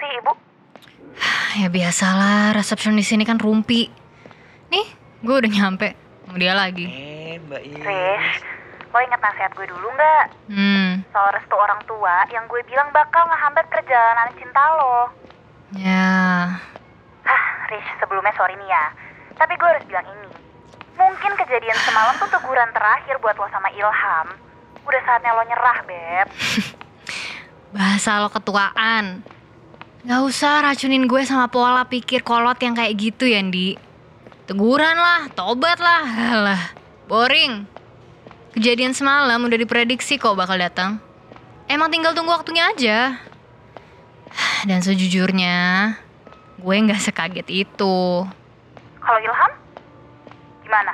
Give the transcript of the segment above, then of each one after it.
Ibu? Ya biasalah, resepsionis di sini kan rumpi. Nih, gue udah nyampe. Mau dia lagi. Mbak Riz, lo inget nasihat gue dulu nggak? Soal restu orang tua yang gue bilang bakal ngehambat perjalanan cinta lo. Ya. Riz, sebelumnya sorry nih ya. Tapi gue harus bilang ini. Mungkin kejadian semalam tuh teguran terakhir buat lo sama Ilham. Udah saatnya lo nyerah, Beb. Bahasa lo ketuaan. Gak usah racunin gue sama pola pikir kolot yang kayak gitu ya, Ndi. Teguran lah, tobat lah. Alah, boring. Kejadian semalam udah diprediksi kok bakal datang. Emang tinggal tunggu waktunya aja. Dan sejujurnya, gue gak sekaget itu. Kalau Ilham? Gimana?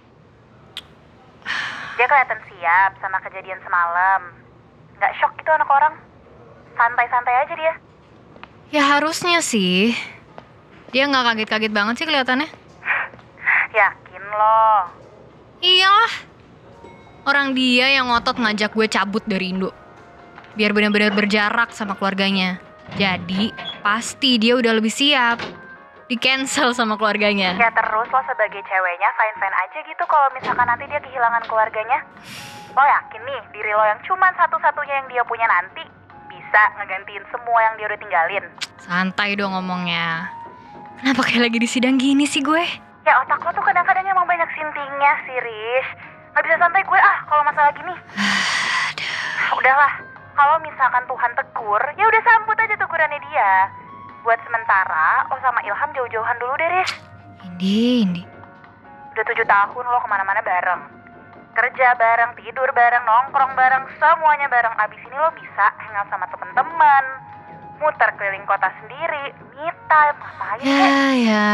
Dia kelihatan siap sama kejadian semalam. Gak shock gitu anak orang? Santai-santai aja dia. Ya harusnya sih. Dia gak kaget-kaget banget sih kelihatannya. Yakin lo? Iyalah. Orang dia yang ngotot ngajak gue cabut dari Indo. Biar benar-benar berjarak sama keluarganya. Jadi, pasti dia udah lebih siap. Di-cancel sama keluarganya. Ya terus lo sebagai ceweknya fine-fine aja gitu kalau misalkan nanti dia kehilangan keluarganya. Lo yakin nih diri lo yang cuman satu-satunya yang dia punya nanti bisa ngegantiin semua yang dia udah tinggalin? Santai dong ngomongnya. Kenapa kayak lagi di sidang gini sih gue? Ya otak lo tuh kadang-kadang emang banyak sintingnya sih, Riz. Gak bisa santai gue kalau masalah gini. Udahlah, kalau misalkan Tuhan tegur, ya udah sambut aja tegurannya dia. Buat sementara, lo sama Ilham jauh-jauhan dulu deh, Riz. Indi. Udah 7 tahun lo kemana-mana bareng. Kerja bareng, tidur bareng, nongkrong bareng, semuanya bareng. Abis ini lo bisa hangout sama temen-temen, muter keliling kota sendiri, me time, ngapain Ya.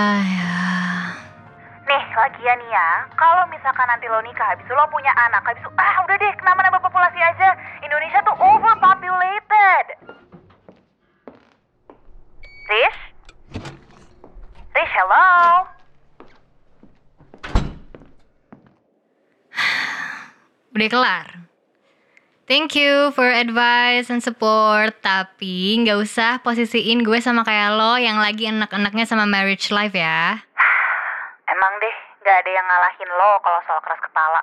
Nih, lagian nih ya, kalau misalkan nanti lo nikah, habis itu lo punya anak, habis itu, udah deh, kenapa nambah populasi aja? Indonesia tuh overpopulated. Riz? Riz, hello? Udah kelar. Thank you for advice and support. Tapi gak usah posisiin gue sama kayak lo yang lagi enak-enaknya sama marriage life ya. Emang deh, gak ada yang ngalahin lo kalau soal keras kepala.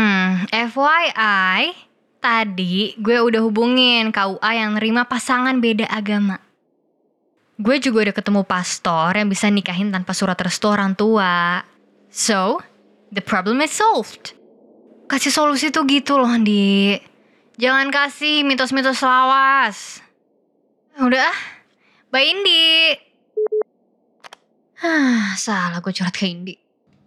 FYI, tadi gue udah hubungin KUA yang nerima pasangan beda agama. Gue juga udah ketemu pastor yang bisa nikahin tanpa surat restu orang tua. So, the problem is solved. Kasih solusi tuh gitu loh, Andi. Jangan kasih mitos-mitos lawas. Udah, bye Indi. Salah gue curhat ke Indi.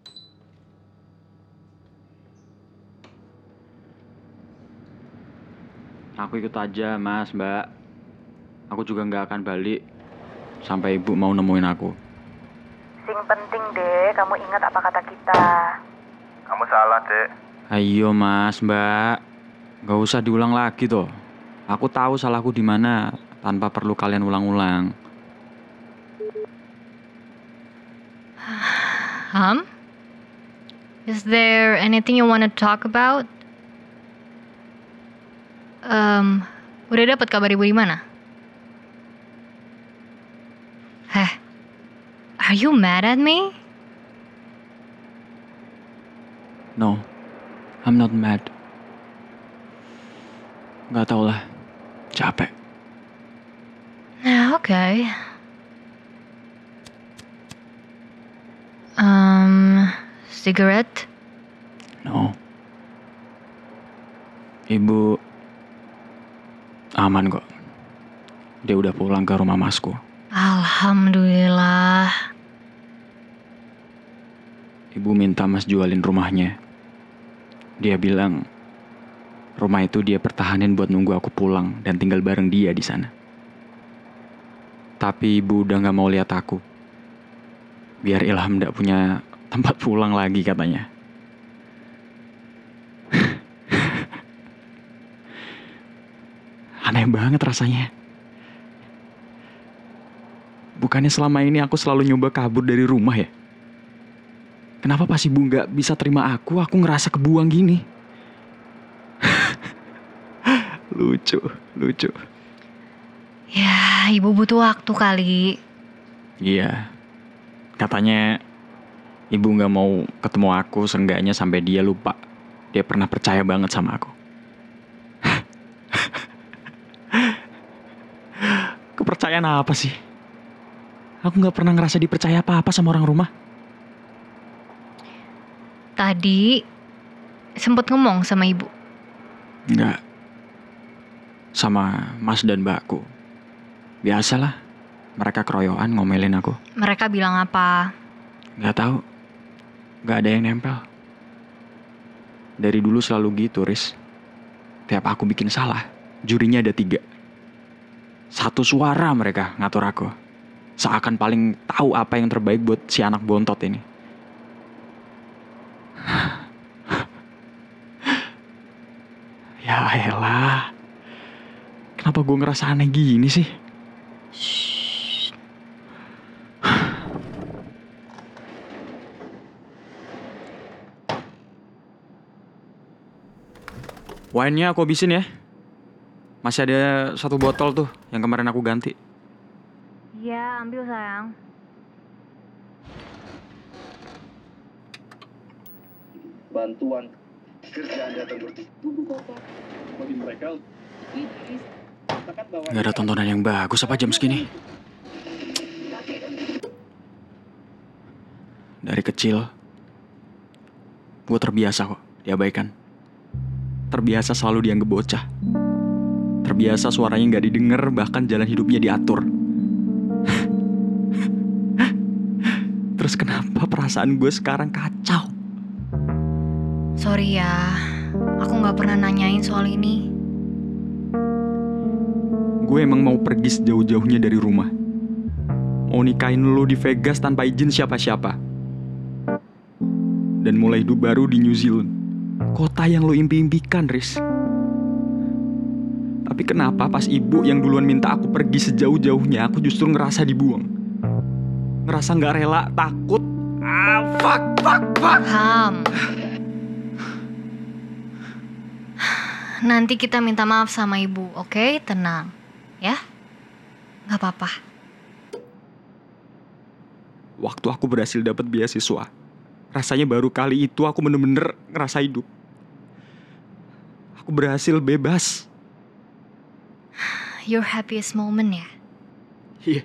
Aku ikut aja mas, mbak. Aku juga gak akan balik sampai ibu mau nemuin aku. Sing penting deh, kamu ingat apa kata kita. Kamu salah, Dek. Ayo mas, mbak. Gak usah diulang lagi toh. Aku tahu salahku di mana tanpa perlu kalian ulang-ulang. Is there anything you want to talk about? Udah dapat kabar ibu di mana? Are you mad at me? No, I'm not mad. Gak tau lah, capek. Okay. Cigarette? No. Ibu aman kok. Dia udah pulang ke rumah masku. Alhamdulillah. Ibu minta mas jualin rumahnya. Dia bilang rumah itu dia pertahanin buat nunggu aku pulang dan tinggal bareng dia di sana. Tapi ibu udah gak mau lihat aku. Biar Ilham gak punya tempat pulang lagi katanya. Aneh banget rasanya. Bukannya selama ini aku selalu nyoba kabur dari rumah ya? Kenapa pas ibu gak bisa terima aku ngerasa kebuang gini? Lucu. Ya, ibu butuh waktu kali. Iya. Katanya ibu gak mau ketemu aku seenggaknya sampai dia lupa. Dia pernah percaya banget sama aku. Kepercayaan apa sih? Aku gak pernah ngerasa dipercaya apa-apa sama orang rumah. Tadi sempet ngomong sama ibu. Enggak. Sama mas dan mbakku. Biasalah. Mereka keroyokan ngomelin aku. Mereka bilang apa? Gak tahu. Gak ada yang nempel. Dari dulu selalu gitu, Riz. Tiap aku bikin salah, jurinya ada 3. Satu suara mereka ngatur aku. Seakan paling tahu apa yang terbaik buat si anak bontot ini. Ya elah. Kenapa gue ngerasa aneh gini sih? Wine-nya aku habisin ya. Masih ada 1 botol tuh yang kemarin aku ganti. Iya, ambil sayang. Bantuan kerjaan datang bertubuh kota bagi mereka. Gak ada tontonan yang bagus apa jam segini? Dari kecil, gue terbiasa kok diabaikan. Terbiasa selalu dianggap bocah. Terbiasa suaranya gak didengar, bahkan jalan hidupnya diatur. Terus kenapa perasaan gue sekarang kacau? Sorry ya, aku gak pernah nanyain soal ini. Gue emang mau pergi sejauh-jauhnya dari rumah. Mau nikahin lo di Vegas tanpa izin siapa-siapa. Dan mulai hidup baru di New Zealand. Kota yang lo impi-impikan, Riz. Tapi kenapa pas ibu yang duluan minta aku pergi sejauh-jauhnya, aku justru ngerasa dibuang. Ngerasa gak rela, takut. Fuck. Ham. Nanti kita minta maaf sama ibu, oke? Tenang. Ya? Gak apa-apa. Waktu aku berhasil dapat beasiswa, rasanya baru kali itu aku bener-bener ngerasa hidup. Aku berhasil bebas. Your happiest moment ya? Iya.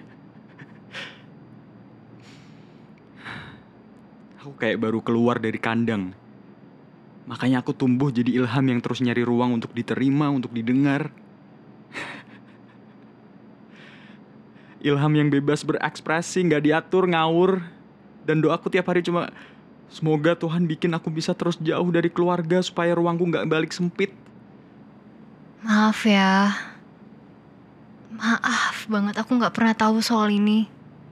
Aku kayak baru keluar dari kandang. Makanya aku tumbuh jadi ilham yang terus nyari ruang untuk diterima, untuk didengar. Ilham yang bebas berekspresi, gak diatur, ngawur. Dan doaku tiap hari cuma, semoga Tuhan bikin aku bisa terus jauh dari keluarga supaya ruangku gak balik sempit. Maaf ya. Maaf banget, aku gak pernah tahu soal ini.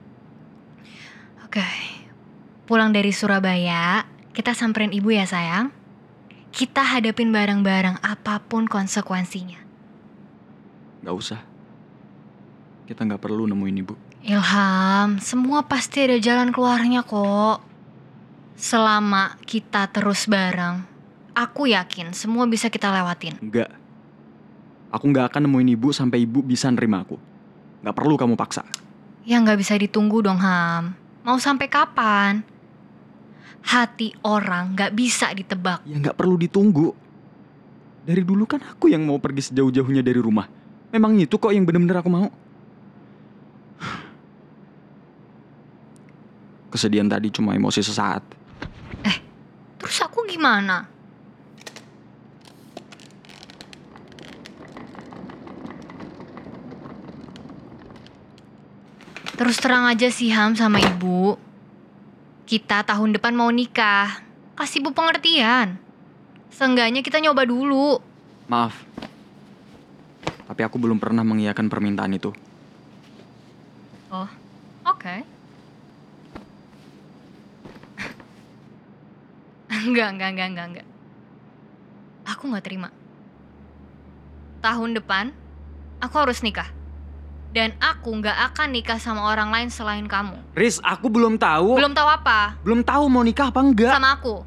Oke. Pulang dari Surabaya, kita samperin ibu ya sayang. Kita hadapin bareng-bareng apapun konsekuensinya. Gak usah. Kita gak perlu nemuin ibu. Ilham, semua pasti ada jalan keluarnya kok. Selama kita terus bareng, aku yakin semua bisa kita lewatin. Enggak. Aku gak akan nemuin ibu sampai ibu bisa nerima aku. Gak perlu kamu paksa. Ya gak bisa ditunggu dong Ham. Mau sampai kapan? Hati orang gak bisa ditebak. Ya gak perlu ditunggu. Dari dulu kan aku yang mau pergi sejauh-jauhnya dari rumah. Memang itu kok yang bener-bener aku mau. Kesedihan tadi cuma emosi sesaat. Terus aku gimana? Terus terang aja sih Ham sama ibu. Kita tahun depan mau nikah. Kasih ibu pengertian. Seenggaknya kita nyoba dulu. Maaf. Tapi aku belum pernah mengiyakan permintaan itu. Oh, oke. Enggak. Aku gak terima. Tahun depan, aku harus nikah. Dan aku gak akan nikah sama orang lain selain kamu. Riz, aku belum tahu. Belum tahu apa? Belum tahu mau nikah apa enggak. Sama aku.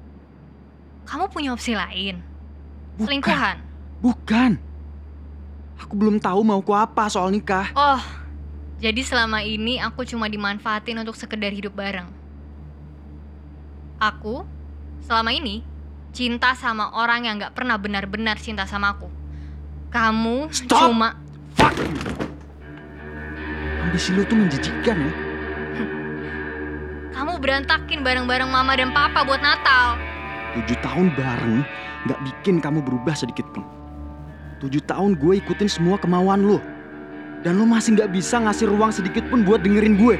Kamu punya opsi lain? Selingkuhan? Bukan. Aku belum tahu mauku apa soal nikah. Oh, jadi selama ini aku cuma dimanfaatin untuk sekedar hidup bareng. Aku selama ini cinta sama orang yang gak pernah benar-benar cinta sama aku. Kamu Stop! cuma... Fuck you! Ambisi lu tuh menjijikkan ya. Kamu berantakin barang-barang mama dan papa buat Natal. 7 tahun bareng gak bikin kamu berubah sedikit pun. 7 tahun gue ikutin semua kemauan lo. Dan lo masih gak bisa ngasih ruang sedikit pun buat dengerin gue.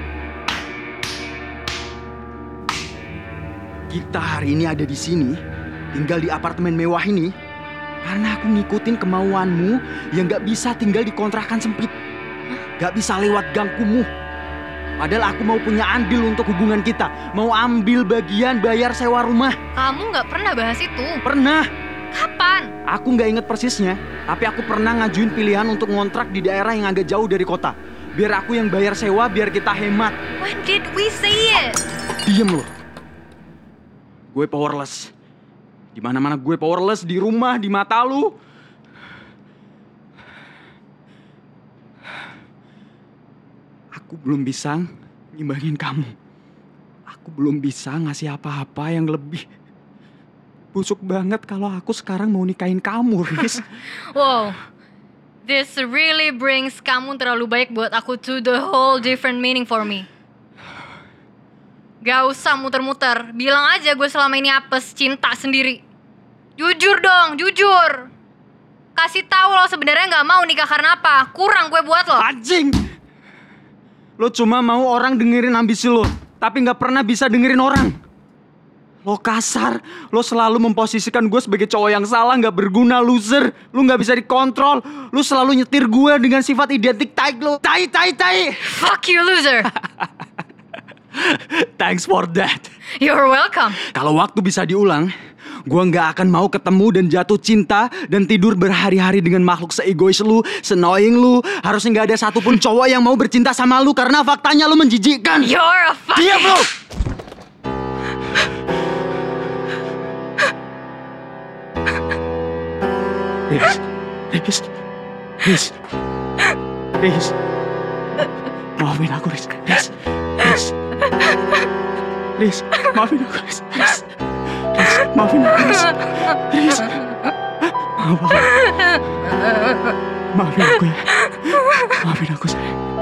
Kita hari ini ada di sini, tinggal di apartemen mewah ini, karena aku ngikutin kemauanmu yang gak bisa tinggal di kontrakan sempit. Gak bisa lewat gang kumuh. Padahal aku mau punya andil untuk hubungan kita. Mau ambil bagian bayar sewa rumah. Kamu gak pernah bahas itu. Pernah. Kapan? Aku gak inget persisnya. Tapi aku pernah ngajuin pilihan untuk ngontrak di daerah yang agak jauh dari kota. Biar aku yang bayar sewa, biar kita hemat. When did we say it? Diem lo. Gue powerless. Di mana-mana gue powerless. Di rumah, di mata lu. Aku belum bisa ngimbangin kamu. Aku belum bisa ngasih apa-apa yang lebih. Busuk banget kalau aku sekarang mau nikahin kamu, Riz. Wow, this really brings kamu terlalu baik buat aku to the whole different meaning for me. Gak usah muter-muter, bilang aja gue selama ini apes, cinta sendiri. Jujur dong, jujur. Kasih tahu lo sebenarnya gak mau nikah karena apa, kurang gue buat lo. Anjing! Lo cuma mau orang dengerin ambisi lo, tapi gak pernah bisa dengerin orang. Lo kasar, lo selalu memposisikan gue sebagai cowok yang salah, gak berguna, loser. Lo gak bisa dikontrol, lo selalu nyetir gue dengan sifat identik tai lo. Tai. Fuck you, loser. Thanks for that. You're welcome. Kalau waktu bisa diulang, gue gak akan mau ketemu dan jatuh cinta dan tidur berhari-hari dengan makhluk se-egois lu, se-annoying lu. Harusnya gak ada satupun cowok yang mau bercinta sama lu karena faktanya lu menjijikkan. You're a fucking... Diam lu! Riz. Maafin aku, Riz. Riz, maafin aku, Riz. Maafin aku, Riz. Maafin aku ya. Maafin aku, sayang.